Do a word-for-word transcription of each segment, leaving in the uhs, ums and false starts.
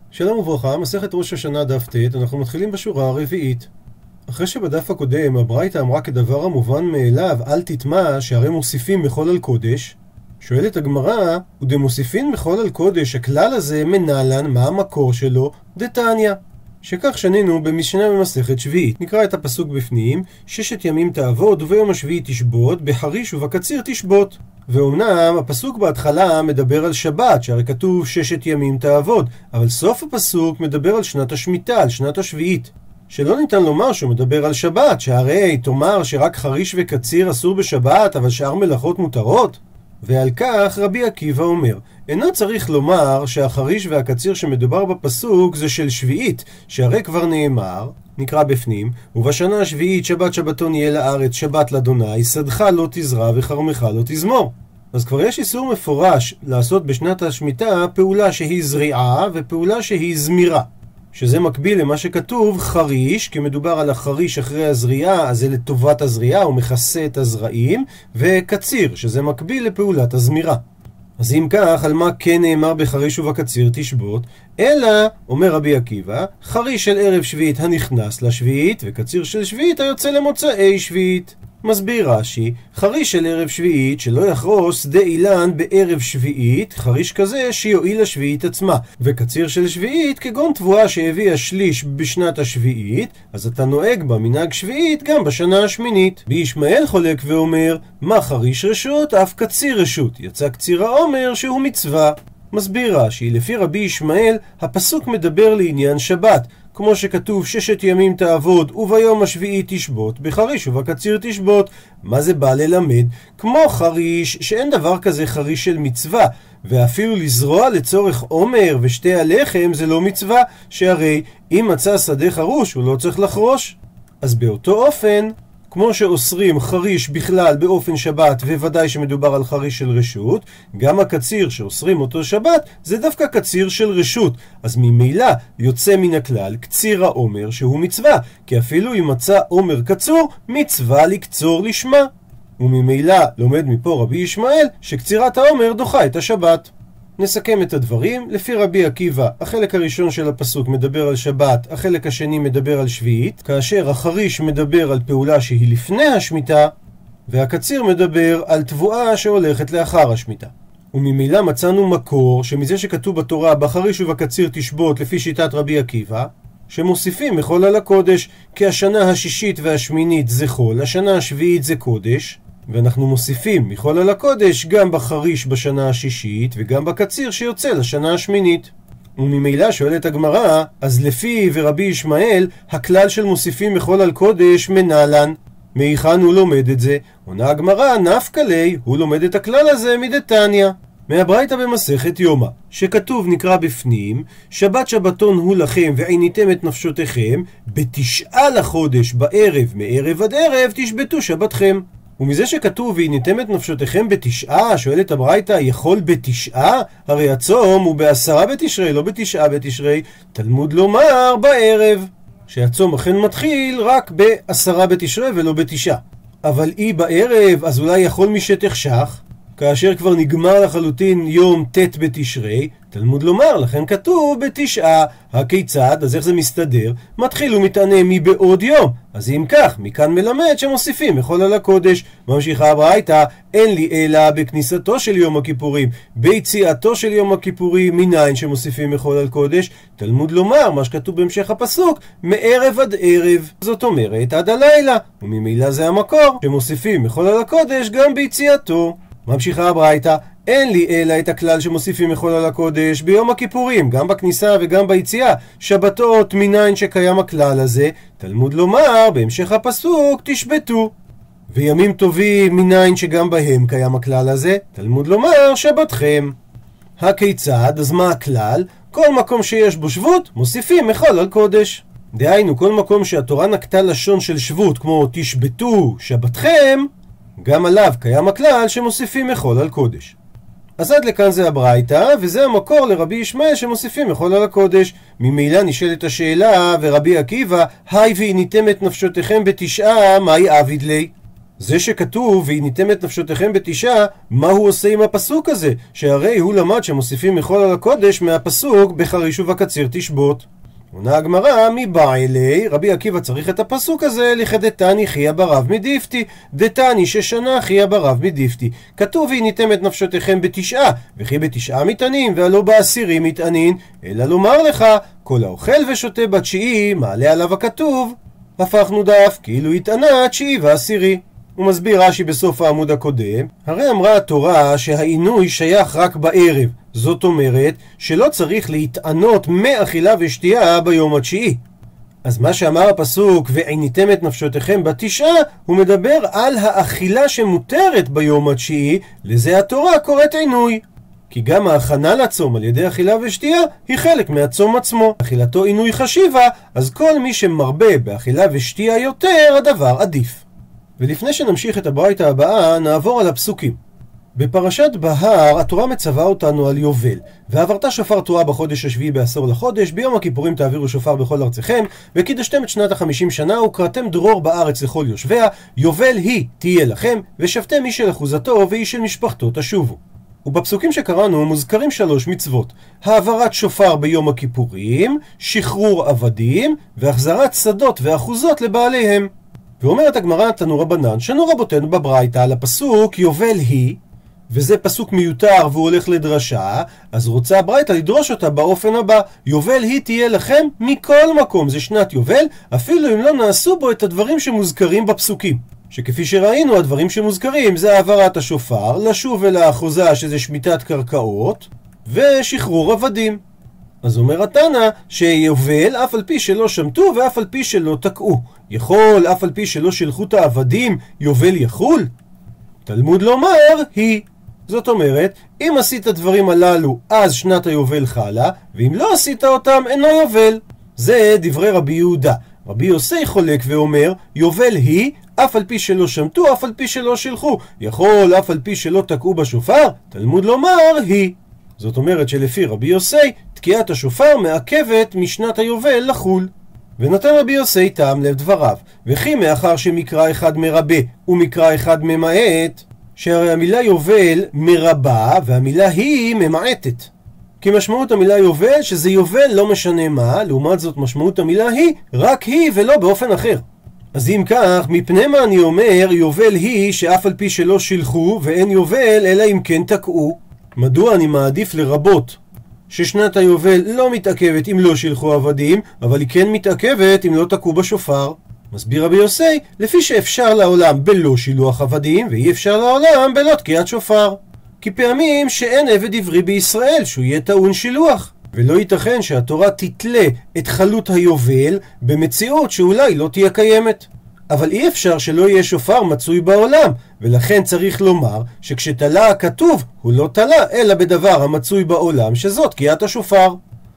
שלום וברכה, מסכת ראש השנה דף ט', אנחנו מתחילים בשורה הרביעית. אחרי שבדף הקודם הברייתא אמרה כדבר המובן מאליו, אל תטמע, שהרי מוסיפים מחול על קודש, שואלת הגמרא, ודמוסיפין מחול על קודש, הכלל הזה מנהלן, מה המקור שלו? דתניא. שכך שנינו במשנה במסכת שביעית. נקרא את הפסוק בפנים, ששת ימים תעבוד וביום השביעי תשבות, בחריש ובקציר תשבות. ואומנם הפסוק בהתחלה מדבר על שבת, שהרי כתוב ששת ימים תעבוד, אבל סוף הפסוק מדבר על שנת השמיטה, על שנת השביעית. שלא ניתן לומר שהוא מדבר על שבת, שהרי תאמר שרק חריש וקציר אסור בשבת, אבל שאר מלאכות מותרות? ועל כך רבי עקיבא אומר, אינו צריך לומר שהחריש והקציר שמדובר בפסוק זה של שביעית, שהרי כבר נאמר, נקרא בפנים, ובשנה השביעית שבת שבתון יהיה לארץ, שבת לאדוני, שדך לא תזרע וחרמך לא תזמור. אז כבר יש איסור מפורש לעשות בשנת השמיטה פעולה שהיא זריעה ופעולה שהיא זמירה, שזה מקביל למה שכתוב חריש, כי מדובר על החריש אחרי הזריעה, אז זה לטובת הזריעה, הוא מכסה את הזרעים, וקציר, שזה מקביל לפעולת הזמירה. אז אם כך, על מה כן נאמר בחריש ובקציר תשבות? אלא, אומר רבי עקיבא, חריש של ערב שביעית הנכנס לשביעית, וקציר של שביעית היוצא למוצאי שביעית. מסביר רש"י, חריש של ערב שביעית שלא יחרוס שדה אילן בערב שביעית, חריש כזה שיועיל לשביעית עצמה, וקציר של שביעית כגון תבואה שהביאה שליש בשנת השביעית, אז אתה נוהג במנהג שביעית גם בשנה השמינית. בישמעאל חולק ואומר, מה חריש רשות אף קציר רשות, יצא קציר העומר שהוא מצווה. מסביר רש"י, לפי רבי ישמעאל הפסוק מדבר לעניין שבת, כמו שכתוב ששת ימים תעבוד וביום השביעי תשבות, בחריש ובקציר תשבות. מה זה בא ללמד? כמו חריש, שאין דבר כזה חריש של מצווה, ואפילו לזרוע לצורך עומר ושתי הלחם זה לא מצווה, שהרי אם מצא שדה חרוש הוא לא צריך לחרוש. אז באותו אופן, כמו שאוסרים חריש בכלל באופן שבת, וודאי שמדובר על חריש של רשות, גם הקציר שאוסרים אותו שבת זה דווקא קציר של רשות, אז ממילא יוצא מן הכלל קציר העומר שהוא מצווה, כי אפילו אם מצא עומר קצור, מצווה לקצור לשמה. וממילא לומד מפה רבי ישמעאל שקצירת העומר דוחה את השבת. נסכם את הדברים. לפי רבי עקיבא, החלק הראשון של הפסוק מדבר על שבת, החלק השני מדבר על שביעית, כאשר החריש מדבר על פעולה שהיא לפני השמיטה, והקציר מדבר על תבואה שהולכת לאחר השמיטה. וממילא מצאנו מקור שמזה שכתוב בתורה בחריש ובקציר תשבות לפי שיטת רבי עקיבא, שמוסיפים מחול על הקודש, כי השנה השישית והשמינית זה חול, השנה השביעית זה קודש, ואנחנו מוסיפים מחול על הקודש גם בחריש בשנה השישית וגם בקציר שיוצא לשנה השמינית. וממילא שואלת הגמרא, אז לפי ורבי ישמעאל הכלל של מוסיפים מחול על קודש מנהלן, מהיכן הוא לומד את זה? עונה הגמרא, נפקא ליה, הוא לומד את הכלל הזה מדתניא, מהברייתא במסכת יומא, שכתוב נקרא בפנים, שבת שבתון הוא לכם ועיניתם את נפשותיכם, בתשעה לחודש בערב מערב עד ערב תשבתו שבתכם. ומזה שכתוב ועיניתם את נפשותיכם בתשעה, שואלת הברייתא, יכול בתשעה? הרי הצום הוא בעשרה בתשרי, לא בתשעה בתשרי. תלמוד לומר בערב, שהצום אכן מתחיל רק בעשרה בתשרי ולא בתשעה. אבל אי בערב, אז אולי יכול משתחשך, כאשר כבר נגמר לחלוטין יום ט' בתשרי, תלמוד לומר, לכן כתוב בתשעה. הכיצד? אז איך זה מסתדר? מתחיל ומתענה מבעוד יום. אז אם כך, מכאן מלמד שמוסיפים מחול על הקודש. ממשיכה הברייתא, אין לי אלא בכניסתו של יום הכיפורים, ביציאתו של יום הכיפורים, מניין שמוסיפים מחול על קודש? תלמוד לומר, מה שכתוב בהמשך הפסוק, מערב עד ערב, זאת אומרת עד הלילה, וממילא זה המקור שמוסיפים מחול על הקודש גם ביציאתו. ממשיכה הברייתא, אין לי אלא את הכלל שמוסיפים מחול על הקודש ביום הכיפורים, גם בכניסה וגם ביציאה, שבתות מניין שקיים הכלל הזה? תלמוד לומר, בהמשך הפסוק תשבתו. וימים טובים מניין שגם בהם קיים הכלל הזה? תלמוד לומר שבתכם. הכיצד? אז מה הכלל? כל מקום שיש בו שבות מוסיפים מחול על קודש. דהיינו, כל מקום שהתורה נקטה לשון של שבות, כמו תשבתו שבתכם, גם עליו קיים הכלל שמוסיפים מחול על קודש. אז עד לכאן זה הברייתא, וזה המקור לרבי ישמעאל שמוסיפים מחול על הקודש. ממילא נשאלת השאלה, ורבי עקיבא, היי ועיניתם את נפשותיכם בתשעה, מהי עביד לי? זה שכתוב והניתם את נפשותיכם בתשעה, מה הוא עושה עם הפסוק הזה? שהרי הוא למד שמוסיפים מחול על הקודש מהפסוק בחריש ובקציר תשבות. עונה הגמרא, מי בא אלי? רבי עקיבא צריך את הפסוק הזה לכדתני חיה ברב מדיפתי, דתני ששנה חיה ברב מדיפתי. כתוב והניתם את נפשותיכם בתשעה, וכי בתשעה מתענים והלא בעשירים מתענין, אלא לומר לך, כל האוכל ושותה בתשיעי, מעלה עליו הכתוב, הפכנו דף כאילו התענה תשיעי ועשירי. הוא מסביר רש"י בסוף העמוד הקודם, הרי אמרה התורה שהעינוי שייך רק בערב, זאת אומרת שלא צריך להתענות מאכילה ושתייה ביום התשיעי. אז מה שאמר הפסוק ועיניתם את נפשותיכם בתשעה, הוא מדבר על האכילה שמותרת ביום התשיעי, לזה התורה קוראת עינוי. כי גם ההכנה לצום על ידי אכילה ושתייה היא חלק מהצום עצמו. אכילתו עינוי חשיבה, אז כל מי שמרבה באכילה ושתייה יותר, הדבר עדיף. ולפני שנמשיך את הברייתא הבאה, נעבור על הפסוקים. בפרשת בהר התורה מצווה אותנו על יובל, ועברת שופר תרועה בחודש השביעי בעשור לחודש, ביום הכיפורים תעבירו שופר בכל ארציכם, וקידשתם את שנת החמישים שנה, וקראתם דרור בארץ לכל יושביה, יובל היא תהיה לכם, ושבתם איש של אחוזתו ואיש של משפחתו תשובו. ובפסוקים שקראנו מוזכרים שלוש מצוות: העברת שופר ביום הכיפורים, שחרור עבדים, והחזרת שדות ואחוזות לבעליהם. ואומרת הגמרא תנו רבנן, שנו רבותינו בברייתא על הפסוק יובל היא, וזה פסוק מיותר והוא הולך לדרשה, אז רוצה הברייתא לדרוש אותה באופן הבא: יובל היא תהיה לכם מכל מקום, זה שנת יובל, אפילו אם לא נעשו בו את הדברים שמוזכרים בפסוקים. שכפי שראינו, הדברים שמוזכרים זה העברת השופר, לשוב אל האחוזה שזה שמיטת קרקעות, ושחרור עבדים. אז אומר התנא שיובל אף על פי שלא שמטו ואף על פי שלא תקעו. יכול אף על פי שלא שלחו את העבדים יובל יחול? תלמוד לומר היא. זאת אומרת, אם עשית דברים הללו אז שנת היובל חלה, ואם לא עשית אותם אינו יובל. זה דברי רבי יהודה. רבי יוסי חולק ואומר יובל היא אף על פי שלא שמטו אף על פי שלא שלחו. יכול אף על פי שלא תקעו בשופר? תלמוד לומר היא. זאת אומרת שלפי רבי יוסי תקיעת השופר מעכבת משנת היובל לחול. ונתן רבי יוסי טעם לב דבריו, וכי מאחר שמקרא אחד מרבה ומקרא אחד ממעט, שהרי המילה יובל מרבה והמילה היא ממעטת. כי משמעות המילה יובל שזה יובל לא משנה מה, לעומת זאת משמעות המילה היא רק היא ולא באופן אחר. אז אם כך, מפני מה אני אומר יובל היא שאף על פי שלא שילחו, ואין יובל אלא אם כן תקעו? מדוע אני מעדיף לרבות ששנת היובל לא מתעכבת אם לא שילחו עבדים, אבל היא כן מתעכבת אם לא תקעו בשופר? מסביר רבי יוסי, לפי שאפשר לעולם בלא שילוח עבדים, ואי אפשר לעולם בלא תקיעת שופר. כי פעמים שאין עבד עברי בישראל שהוא יהיה טעון שילוח, ולא ייתכן שהתורה תתלה את חלות היובל במציאות שאולי לא תהיה קיימת. אבל אי אפשר שלא יהיה שופר מצוי בעולם, ולכן צריך לומר שכשתלה הכתוב הוא לא תלה אלא בדבר המצוי בעולם, שזאת תקיעת השופר.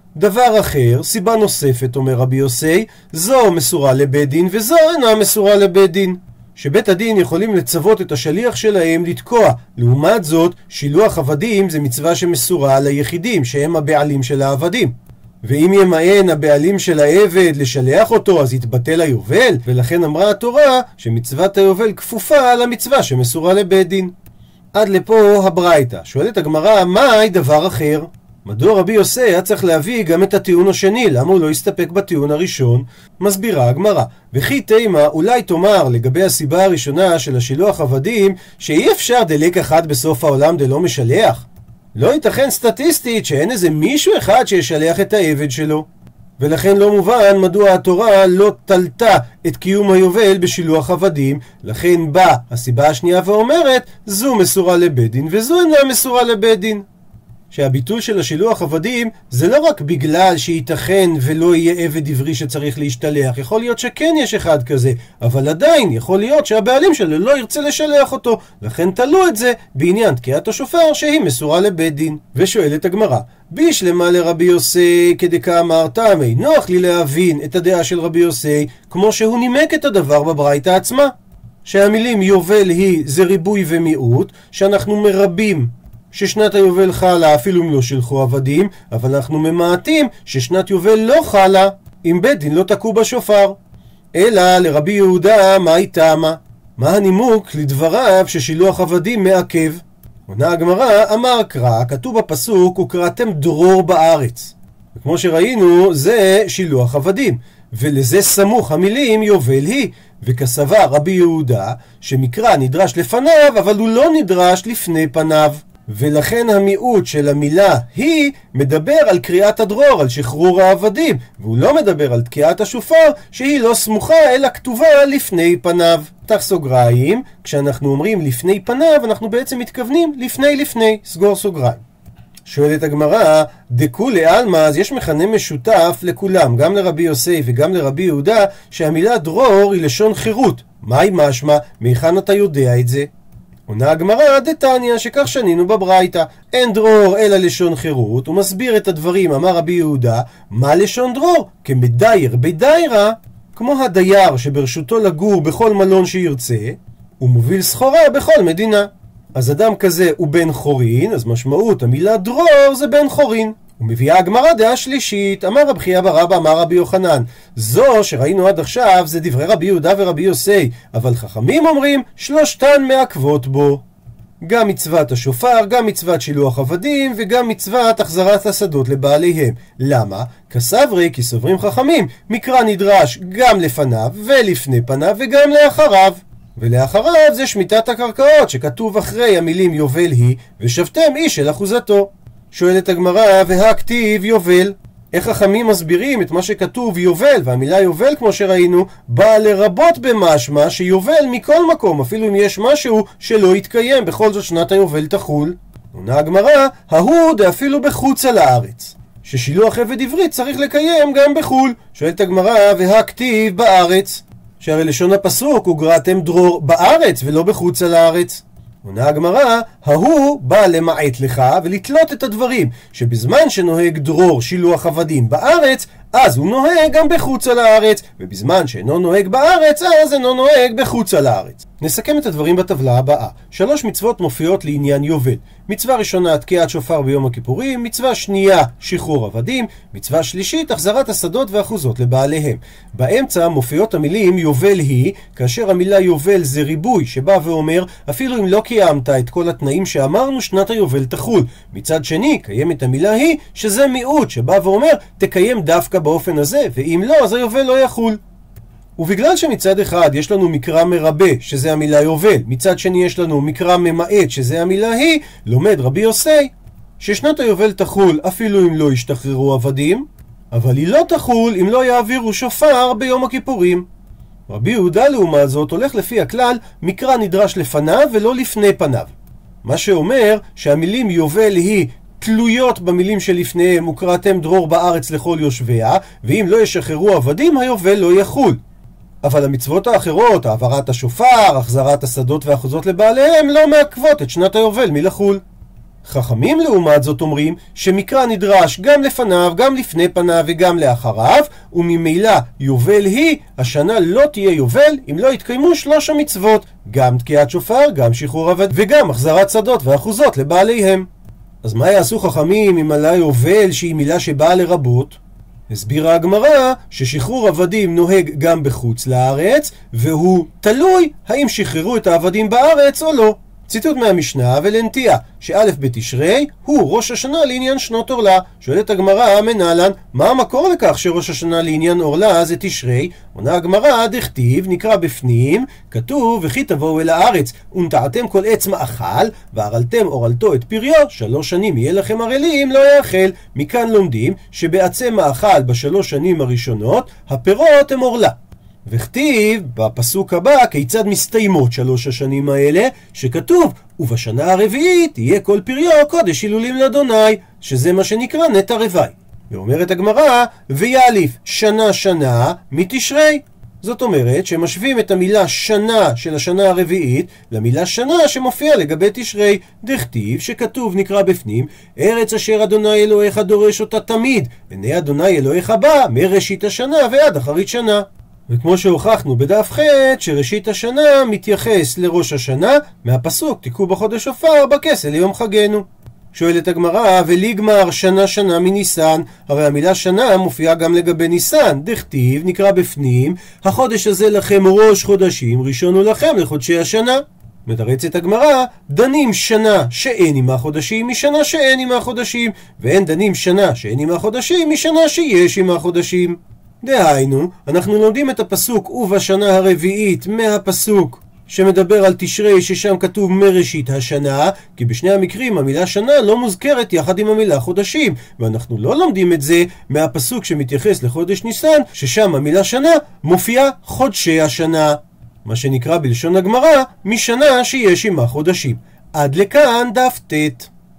דבר אחר, סיבה נוספת, אומר רבי יוסי, זו מסורה לבית דין וזו אינה מסורה לבית דין, שבית הדין יכולים לצוות את השליח שלהם לתקוע. לעומת זאת, שילוח עבדים זה מצווה שמסורה על היחידים שהם הבעלים של העבדים, ואם ימאן הבעלים של העבד לשלח אותו אז יתבטל היובל, ולכן אמרה התורה שמצוות היובל כפופה על המצווה שמסורה לבית דין. עד לפה הברייתא. שואלת הגמרא, מהי דבר אחר? מדוע רבי יוסי היה צריך להביא גם את הטיעון השני? למה הוא לא הסתפק בטיעון הראשון? מסבירה הגמרא, וכי תימה אולי תאמר לגבי הסיבה הראשונה של השילוח עבדים שאי אפשר דלק אחד בסוף העולם דלא משלח. לא ייתכן סטטיסטית שאין איזה מישהו אחד שישלח את העבד שלו, ולכן לא מובן מדוע התורה לא תלתה את קיום היובל בשילוח עבדים. לכן באה הסיבה השנייה ואומרת זו מסורה לבית דין וזו אינה מסורה לבית דין, שהביטול של השילוח עבדים זה לא רק בגלל שייתכן ולא יהיה עבד עברי שצריך להשתלח, יכול להיות שכן יש אחד כזה, אבל עדיין יכול להיות שהבעלים שלו לא ירצה לשלח אותו, לכן תלו את זה בעניין תקיעת השופר שהיא מסורה לבית דין. ושואלת הגמרא, בישלמה לרבי יוסי כדקאמר תמי, נוח לי להבין את הדעה של רבי יוסי כמו שהוא נימק את הדבר בברייתא עצמה, שהמילים יובל היא זה ריבוי ומיעוט, שאנחנו מרבים ששנת היובל חלה אפילו אם לא שלחו עבדים, אבל אנחנו ממעטים ששנת יובל לא חלה אם בית דין לא תקעו בשופר. אלא לרבי יהודה מה היא תמה? מה הנימוק לדבריו ששילוח עבדים מעכב? עונה הגמרא, אמר קרא, כתוב בפסוק, וקראתם דרור בארץ. וכמו שראינו, זה שילוח עבדים, ולזה סמוך המילים יובל היא, וכסבר רבי יהודה, שמקרא נדרש לפניו, אבל הוא לא נדרש לפני פניו. ולכן המיעוט של המילה היא מדבר על קריאת הדרור, על שחרור העבדים, והוא לא מדבר על תקיעת השופר שהיא לא סמוכה אלא כתובה לפני פניו. פתח סוגריים, כשאנחנו אומרים לפני פניו אנחנו בעצם מתכוונים לפני לפני, סגור סוגריים. שואלת הגמרא, דכולי עלמא, אז יש מכנה משותף לכולם, גם לרבי יוסי וגם לרבי יהודה, שהמילה דרור היא לשון חירות. מהי משמע? מהיכן אתה יודע את זה? עונה הגמרא, דתניא, שכך שנינו בברייתא, אין דרור אלא לשון חירות. הוא מסביר את הדברים, אמר רבי יהודה, מה לשון דרור? כמדייר בדיירה, כמו הדייר שברשותו לגור בכל מלון שירצה, הוא מוביל סחורה בכל מדינה. אז אדם כזה הוא בן חורין, אז משמעות המילה דרור זה בן חורין. ומביאה הגמרא דעה שלישית, אמר רבי חייא בר אבא אמר רבי יוחנן, זו שראינו עד עכשיו זה דברי רבי יהודה ורבי יוסי, אבל חכמים אומרים שלושתן מעכבות בו. גם מצוות השופר, גם מצוות שילוח עבדים וגם מצוות החזרת השדות לבעליהם. למה? כסברי, כי סוברים חכמים, מקרא נדרש גם לפניו ולפני פניו וגם לאחריו. ולאחריו זה שמיטת הקרקעות שכתוב אחרי המילים יובל היא ושבתם איש אל אחוזתו. שואלת הגמרא, והכתיב יובל, איך חכמים מסבירים את מה שכתוב יובל, והמילה יובל כמו שראינו באה לרבות במשמע שיובל מכל מקום, אפילו אם יש משהו שלא יתקיים, בכל זאת שנת היובל תחול. עונה הגמרא, ההוא דאפילו בחוץ על הארץ, ששילוח עבד עברי צריך לקיים גם בחול. שואלת הגמרא, והכתיב בארץ, שהרי לשון הפסוק וגרעתם דרור בארץ ולא בחוץ על הארץ. עונה הגמרא, ההוא בא למעט לך ולתלות את הדברים, שבזמן שנוהג דרור שילוח עבדים בארץ, אז הוא נוהג גם בחוץ על הארץ, ובזמן שאינו נוהג בארץ, אז אינו נוהג בחוץ על הארץ. נסכם את הדברים בטבלה הבאה. שלוש מצוות מופיעות לעניין יובל. מצווה ראשונה, תקיעת שופר ביום הכיפורים, מצווה שנייה, שחרור עבדים, מצווה שלישית, החזרת השדות והאחוזות לבעליהם. באמצע מופיעות המילים יובל היא, כאשר המילה יובל זה ריבוי, שבא ואומר, אפילו אם לא קיימת את כל התנאים שאמרנו, שנת היובל תחול. מצד שני, קיימת המילה היא, שזה מיעוט, שבא ואומר, תקיים דווקא באופן הזה, ואם לא, אז היובל לא יחול. ובגלל שמצד אחד יש לנו מקרא מרבה, שזה המילה יובל, מצד שני יש לנו מקרא ממעט, שזה המילה היא, לומד רבי יוסי, ששנת היובל תחול אפילו אם לא ישתחררו עבדים, אבל היא לא תחול אם לא יעבירו שופר ביום הכיפורים. רבי יהודה לעומת זאת הולך לפי הכלל, מקרא נדרש לפניו ולא לפני פניו. מה שאומר שהמילים יובל היא תלויות במילים שלפניהם, וקראתם דרור בארץ לכל יושביה, ואם לא ישחררו עבדים היובל לא יחול. אבל המצוות האחרות, העברת השופר, החזרת השדות והאחוזות לבעליהם, לא מעכבות את שנת היובל מלחול. חכמים לעומת זאת אומרים שמקרא נדרש גם לפניו, גם לפני פניו וגם לאחריו, וממילא יובל היא, השנה לא תהיה יובל אם לא יתקיימו שלוש המצוות, גם תקיעת שופר, גם שחרור עבד וגם החזרת שדות והאחוזות לבעליהם. אז מה יעשו חכמים עם המילה יובל שהיא מילה שבאה לרבות? הסבירה הגמרא ששחרור עבדים נוהג גם בחוץ לארץ, והוא תלוי האם שחררו את העבדים בארץ או לא. ציטוט מהמשנה ולנטייה, שא' בתשרי הוא ראש השנה לעניין שנות עורלה. שואלת הגמרא מנהלן, מה המקור לכך שראש השנה לעניין עורלה זה תשרי? עונה הגמרא, דכתיב, נקרא בפנים, כתוב, וכי תבואו אל הארץ ונטעתם כל עץ מאכל וארלתם אורלתו את פריו, שלוש שנים יהיה לכם ערלים, לא יאכל. מכאן לומדים שבעצי מאכל בשלוש שנים הראשונות הפירות הם עורלה. וכתיב בפסוק הבא כיצד מסתיימות שלוש השנים האלה, שכתוב ובשנה הרביעית יהיה כל פריו קודש הילולים לאדוני, שזה מה שנקרא נטע רווי. ואומרת הגמרא ויאליף שנה שנה מתשרי. זאת אומרת שמשווים את המילה שנה של השנה הרביעית למילה שנה שמופיע לגבי תשרי. דכתיב שכתוב נקרא בפנים ארץ אשר אדוני אלוהיך דורש אותה תמיד, עיני אדוני אלוהיך בא מראשית השנה ועד אחרית שנה. וכמו שהוכחנו בדף ח' שראשית השנה מתייחס לראש השנה מהפסוק תיקעו בחודש שופר בכסל ליום חגנו. שואלת הגמרא, וליגמר שנה שנה מניסן, הרי המילה שנה מופיעה גם לגבי ניסן, דכתיב נקרא בפנים, החודש הזה לכם ראש חודשים, ראשון הוא לכם לחודשי השנה. מתרצת הגמרא, דנים שנה שאין עימה חודשים משנה שאין עימה חודשים, ואין דנים שנה שאין עימה חודשים משנה שיש עימה חודשים. דהיינו, אנחנו לומדים את הפסוק ובשנה הרביעית מהפסוק שמדבר על תשרי, ששם כתוב מראשית השנה, כי בשני המקרים המילה שנה לא מוזכרת יחד עם המילה חודשים, ואנחנו לא לומדים את זה מהפסוק שמתייחס לחודש ניסן, ששם המילה שנה מופיעה חודשי השנה, מה שנקרא בלשון הגמרא משנה שיש עימה חודשים. עד לכאן דף ט'.